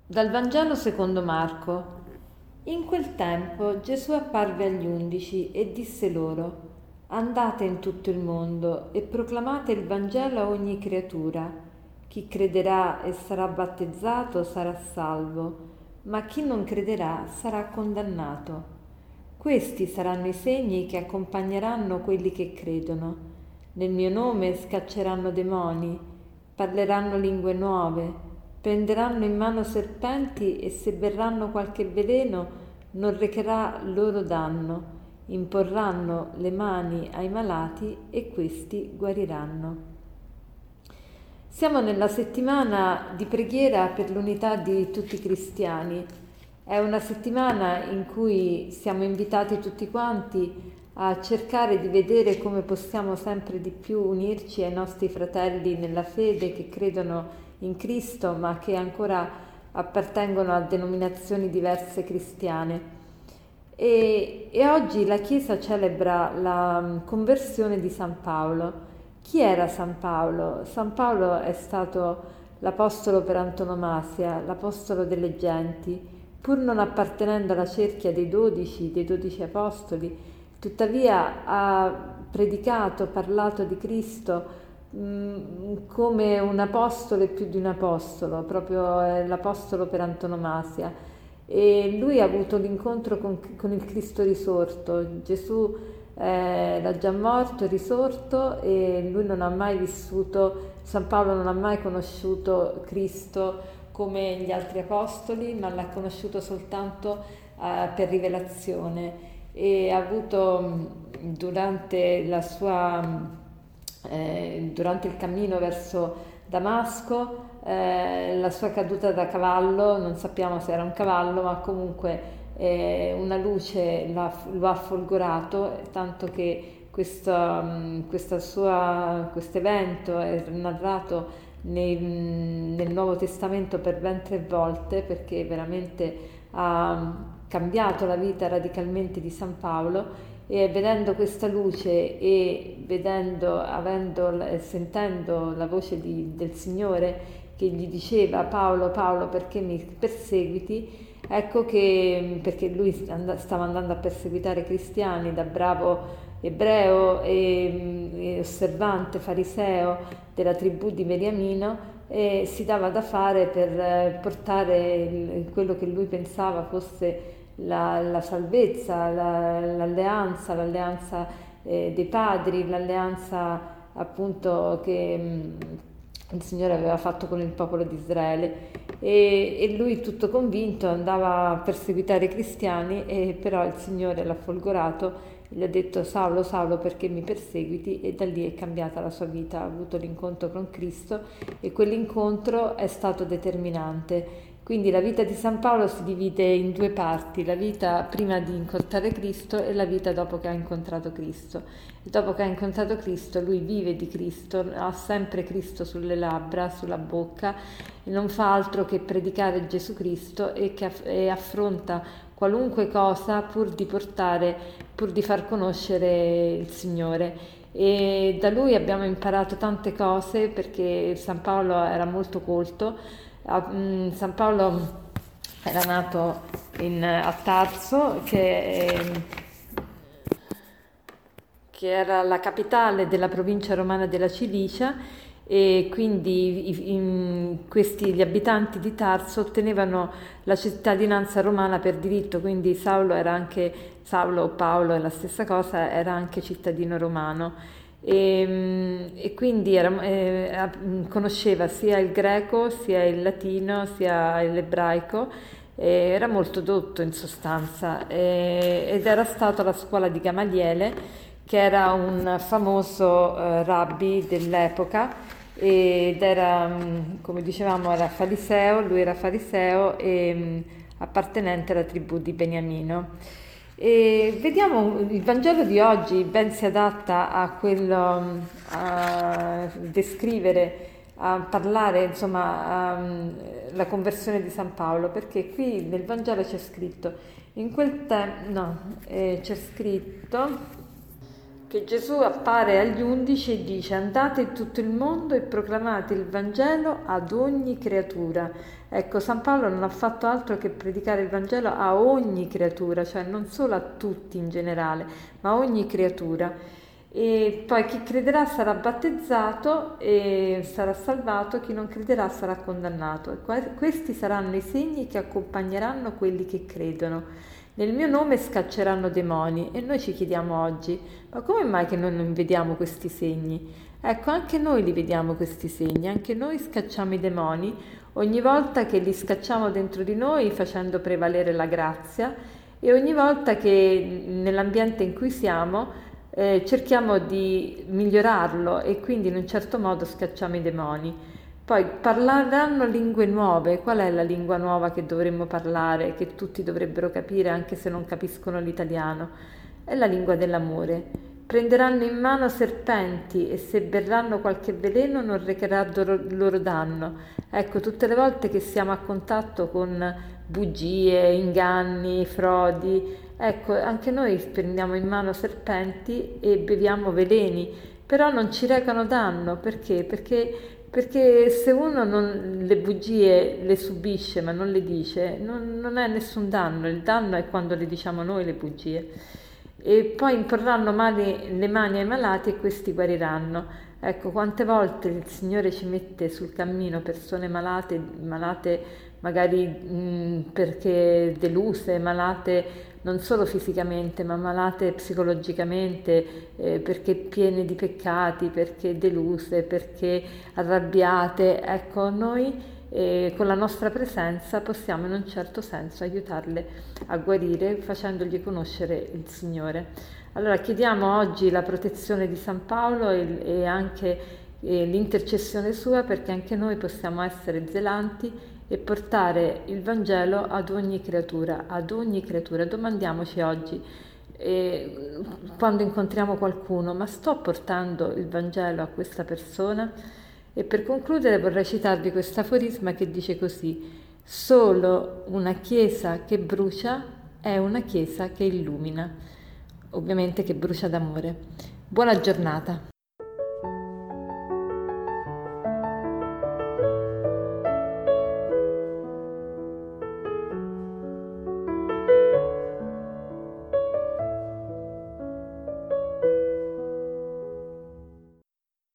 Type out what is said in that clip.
Dal Vangelo secondo Marco. In quel tempo Gesù apparve agli 11 e disse loro: Andate in tutto il mondo e proclamate il Vangelo a ogni creatura. Chi crederà e sarà battezzato sarà salvo, ma chi non crederà sarà condannato. Questi saranno i segni che accompagneranno quelli che credono. Nel mio nome scacceranno demoni, parleranno lingue nuove, prenderanno in mano serpenti e se berranno qualche veleno non recherà loro danno, imporranno le mani ai malati e questi guariranno. Siamo nella settimana di preghiera per l'unità di tutti i cristiani. È una settimana in cui siamo invitati tutti quanti a cercare di vedere come possiamo sempre di più unirci ai nostri fratelli nella fede che credono in Cristo ma che ancora appartengono a denominazioni diverse cristiane. E oggi la Chiesa celebra la conversione di San Paolo. Chi era San Paolo? San Paolo è stato l'apostolo per antonomasia, l'apostolo delle genti, pur non appartenendo alla cerchia dei 12 apostoli, tuttavia ha predicato, parlato di Cristo come un apostolo e più di un apostolo, proprio l'apostolo per antonomasia. E lui ha avuto l'incontro con il Cristo risorto. Gesù era già morto, è risorto e lui non ha mai vissuto, San Paolo non ha mai conosciuto Cristo come gli altri apostoli, ma l'ha conosciuto soltanto per rivelazione e ha avuto durante durante il cammino verso Damasco la sua caduta da cavallo, non sappiamo se era un cavallo, ma comunque una luce lo ha folgorato, tanto che questo evento è narrato nel Nuovo Testamento per ben 3 volte, perché veramente ha cambiato la vita radicalmente di San Paolo. E vedendo questa luce e sentendo la voce del Signore che gli diceva: Paolo, Paolo, perché mi perseguiti? Ecco che, perché lui stava andando a perseguitare i cristiani da bravo ebreo e osservante fariseo della tribù di Beniamino, e si dava da fare per portare quello che lui pensava fosse la salvezza, l'alleanza dei padri, l'alleanza appunto che il Signore aveva fatto con il popolo di Israele. E lui, tutto convinto, andava a perseguitare i cristiani, e però il Signore l'ha folgorato e gli ha detto: Saulo, Saulo, perché mi perseguiti? E da lì è cambiata la sua vita, ha avuto l'incontro con Cristo e quell'incontro è stato determinante. Quindi la vita di San Paolo si divide in 2 parti: la vita prima di incontrare Cristo e la vita dopo che ha incontrato Cristo. E dopo che ha incontrato Cristo lui vive di Cristo, ha sempre Cristo sulle labbra, sulla bocca, e non fa altro che predicare Gesù Cristo e affronta qualunque cosa pur di far conoscere il Signore. E da lui abbiamo imparato tante cose, perché San Paolo era molto colto. San Paolo era nato a Tarso, che era la capitale della provincia romana della Cilicia, e quindi gli abitanti di Tarso ottenevano la cittadinanza romana per diritto, quindi Saulo o Paolo è la stessa cosa, era anche cittadino romano. E quindi conosceva sia il greco, sia il latino, sia l'ebraico, era molto dotto in sostanza, ed era stato alla scuola di Gamaliele, che era un famoso rabbi dell'epoca, ed era, come dicevamo, lui era fariseo e appartenente alla tribù di Beniamino. E vediamo, il Vangelo di oggi ben si adatta a descrivere, a parlare, insomma, la conversione di San Paolo, perché qui nel Vangelo c'è scritto, c'è scritto: che Gesù appare agli 11 e dice: andate in tutto il mondo e proclamate il Vangelo ad ogni creatura. Ecco, San Paolo non ha fatto altro che predicare il Vangelo a ogni creatura, cioè non solo a tutti in generale, ma a ogni creatura. E poi chi crederà sarà battezzato e sarà salvato, chi non crederà sarà condannato. E questi saranno i segni che accompagneranno quelli che credono. Nel mio nome scacceranno demoni. E noi ci chiediamo oggi: ma come mai che noi non vediamo questi segni? Ecco, anche noi li vediamo questi segni, anche noi scacciamo i demoni ogni volta che li scacciamo dentro di noi facendo prevalere la grazia, e ogni volta che nell'ambiente in cui siamo cerchiamo di migliorarlo e quindi in un certo modo scacciamo i demoni. Poi parleranno lingue nuove. Qual è la lingua nuova che dovremmo parlare, che tutti dovrebbero capire anche se non capiscono l'italiano? È la lingua dell'amore. Prenderanno in mano serpenti e se berranno qualche veleno non recherà loro danno. Ecco, tutte le volte che siamo a contatto con bugie, inganni, frodi, ecco, anche noi prendiamo in mano serpenti e beviamo veleni, però non ci recano danno. Perché? Perché se uno le bugie le subisce ma non le dice, non è nessun danno. Il danno è quando le diciamo noi le bugie. E poi imporranno le mani ai malati e questi guariranno. Ecco, quante volte il Signore ci mette sul cammino persone malate magari perché deluse, malate non solo fisicamente, ma malate psicologicamente, perché piene di peccati, perché deluse, perché arrabbiate. Ecco, noi con la nostra presenza possiamo in un certo senso aiutarle a guarire facendogli conoscere il Signore. Allora chiediamo oggi la protezione di San Paolo e anche l'intercessione sua, perché anche noi possiamo essere zelanti e portare il Vangelo ad ogni creatura, ad ogni creatura. Domandiamoci oggi, quando incontriamo qualcuno: ma sto portando il Vangelo a questa persona? E per concludere vorrei citarvi questo aforisma che dice così: solo una chiesa che brucia è una chiesa che illumina, ovviamente che brucia d'amore. Buona giornata.